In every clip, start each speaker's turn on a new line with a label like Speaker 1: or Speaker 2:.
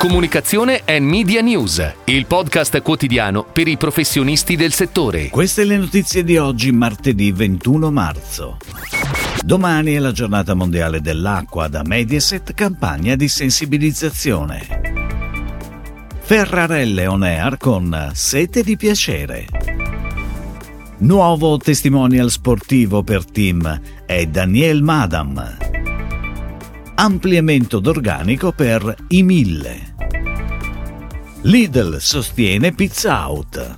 Speaker 1: Comunicazione and Media News, il podcast quotidiano per i professionisti del settore.
Speaker 2: Queste le notizie di oggi, martedì 21 marzo. Domani è la giornata mondiale dell'acqua, da Mediaset campagna di sensibilizzazione. Ferrarelle on air con Sete di piacere. Nuovo testimonial sportivo per team è Daniel Madam. Ampliamento d'organico per i 1000. Lidl sostiene Pizza Out.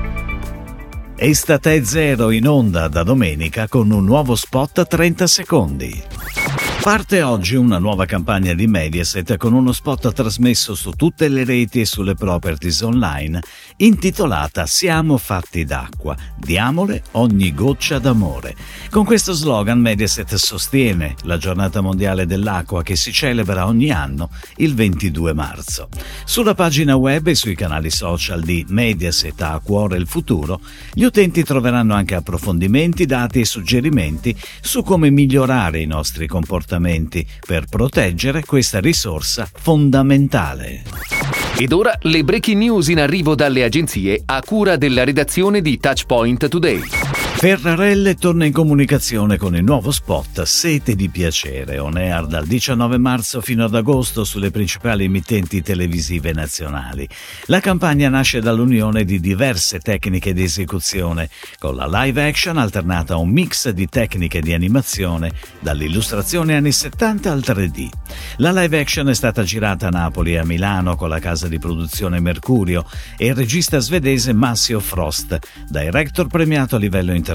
Speaker 2: Estate Zero in onda da domenica con un nuovo spot a 30 secondi. Parte oggi una nuova campagna di Mediaset con uno spot trasmesso su tutte le reti e sulle properties online intitolata Siamo fatti d'acqua, diamole ogni goccia d'amore. Con questo slogan Mediaset sostiene la giornata mondiale dell'acqua che si celebra ogni anno il 22 marzo. Sulla pagina web e sui canali social di Mediaset a cuore il futuro, gli utenti troveranno anche approfondimenti, dati e suggerimenti su come migliorare i nostri comportamenti per proteggere questa risorsa fondamentale.
Speaker 1: Ed ora le breaking news in arrivo dalle agenzie a cura della redazione di Touchpoint Today.
Speaker 2: Ferrarelle torna in comunicazione con il nuovo spot Sete di piacere, on air dal 19 marzo fino ad agosto sulle principali emittenti televisive nazionali. La campagna nasce dall'unione di diverse tecniche di esecuzione, con la live action alternata a un mix di tecniche di animazione, dall'illustrazione anni 70 al 3D. La live action è stata girata a Napoli e a Milano con la casa di produzione Mercurio e il regista svedese Massimo Frost, director premiato a livello internazionale,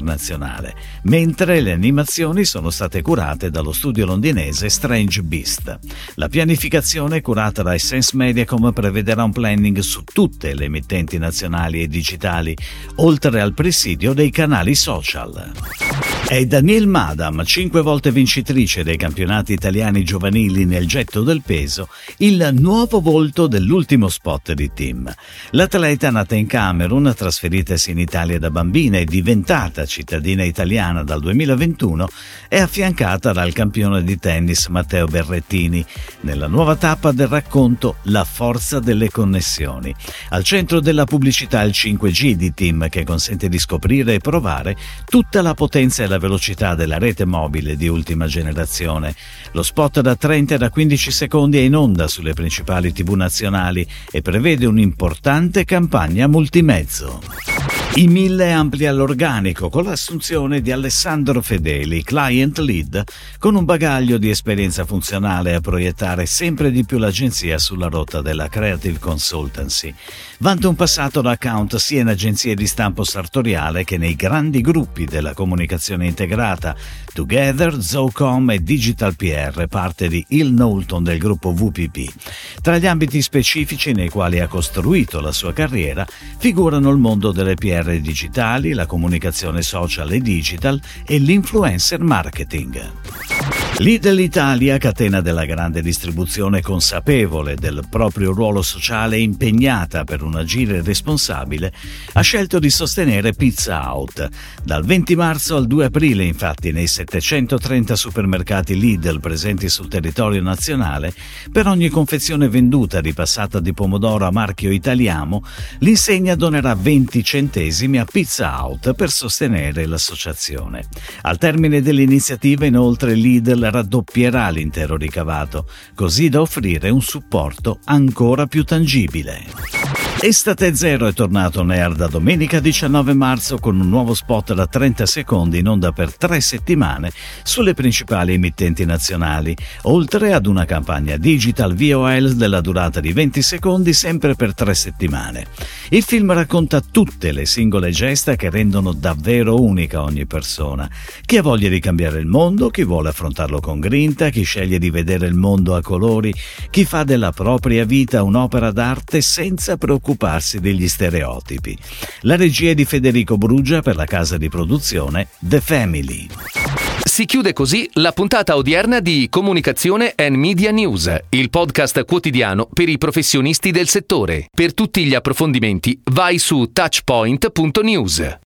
Speaker 2: mentre le animazioni sono state curate dallo studio londinese Strange Beast. La pianificazione curata da Essence Mediacom prevederà un planning su tutte le emittenti nazionali e digitali, oltre al presidio dei canali social. È Daniel Madam, 5 volte vincitrice dei campionati italiani giovanili nel getto del peso, il nuovo volto dell'ultimo spot di team. L'atleta, nata in Camerun, trasferitasi in Italia da bambina e diventata cittadina italiana dal 2021, è affiancata dal campione di tennis Matteo Berrettini nella nuova tappa del racconto La forza delle connessioni. Al centro della pubblicità il 5G di team, che consente di scoprire e provare tutta la potenza e la velocità della rete mobile di ultima generazione. Lo spot da 30 e da 15 secondi è in onda sulle principali TV nazionali e prevede un'importante campagna multimezzo. I 1000 amplia l'organico con l'assunzione di Alessandro Fedeli, client lead, con un bagaglio di esperienza funzionale a proiettare sempre di più l'agenzia sulla rotta della creative consultancy. Vanta un passato da account sia in agenzie di stampo sartoriale che nei grandi gruppi della comunicazione integrata Together, Zocom e Digital PR, parte di Hill Knowlton del gruppo VPP. Tra gli ambiti specifici nei quali ha costruito la sua carriera figurano il mondo delle PR digitali, la comunicazione social e digital e l'influencer marketing. Lidl Italia, catena della grande distribuzione consapevole del proprio ruolo sociale e impegnata per un agire responsabile, ha scelto di sostenere Pizza Out. Dal 20 marzo al 2 aprile, infatti, nei 730 supermercati Lidl presenti sul territorio nazionale, per ogni confezione venduta di passata di pomodoro a marchio Italiamo, l'insegna donerà 20 centesimi a Pizza Out per sostenere l'associazione. Al termine dell'iniziativa, inoltre, Lidl raddoppierà l'intero ricavato, così da offrire un supporto ancora più tangibile. Estate Zero è tornato on air da domenica 19 marzo con un nuovo spot da 30 secondi in onda per 3 settimane sulle principali emittenti nazionali, oltre ad una campagna digital VOL della durata di 20 secondi sempre per 3 settimane. Il film racconta tutte le singole gesta che rendono davvero unica ogni persona. Chi ha voglia di cambiare il mondo, chi vuole affrontarlo con grinta, chi sceglie di vedere il mondo a colori, chi fa della propria vita un'opera d'arte senza preoccuparsi degli stereotipi. La regia è di Federico Brugia per la casa di produzione The Family.
Speaker 1: Si chiude così la puntata odierna di Comunicazione and Media News, il podcast quotidiano per i professionisti del settore. Per tutti gli approfondimenti vai su touchpoint.news.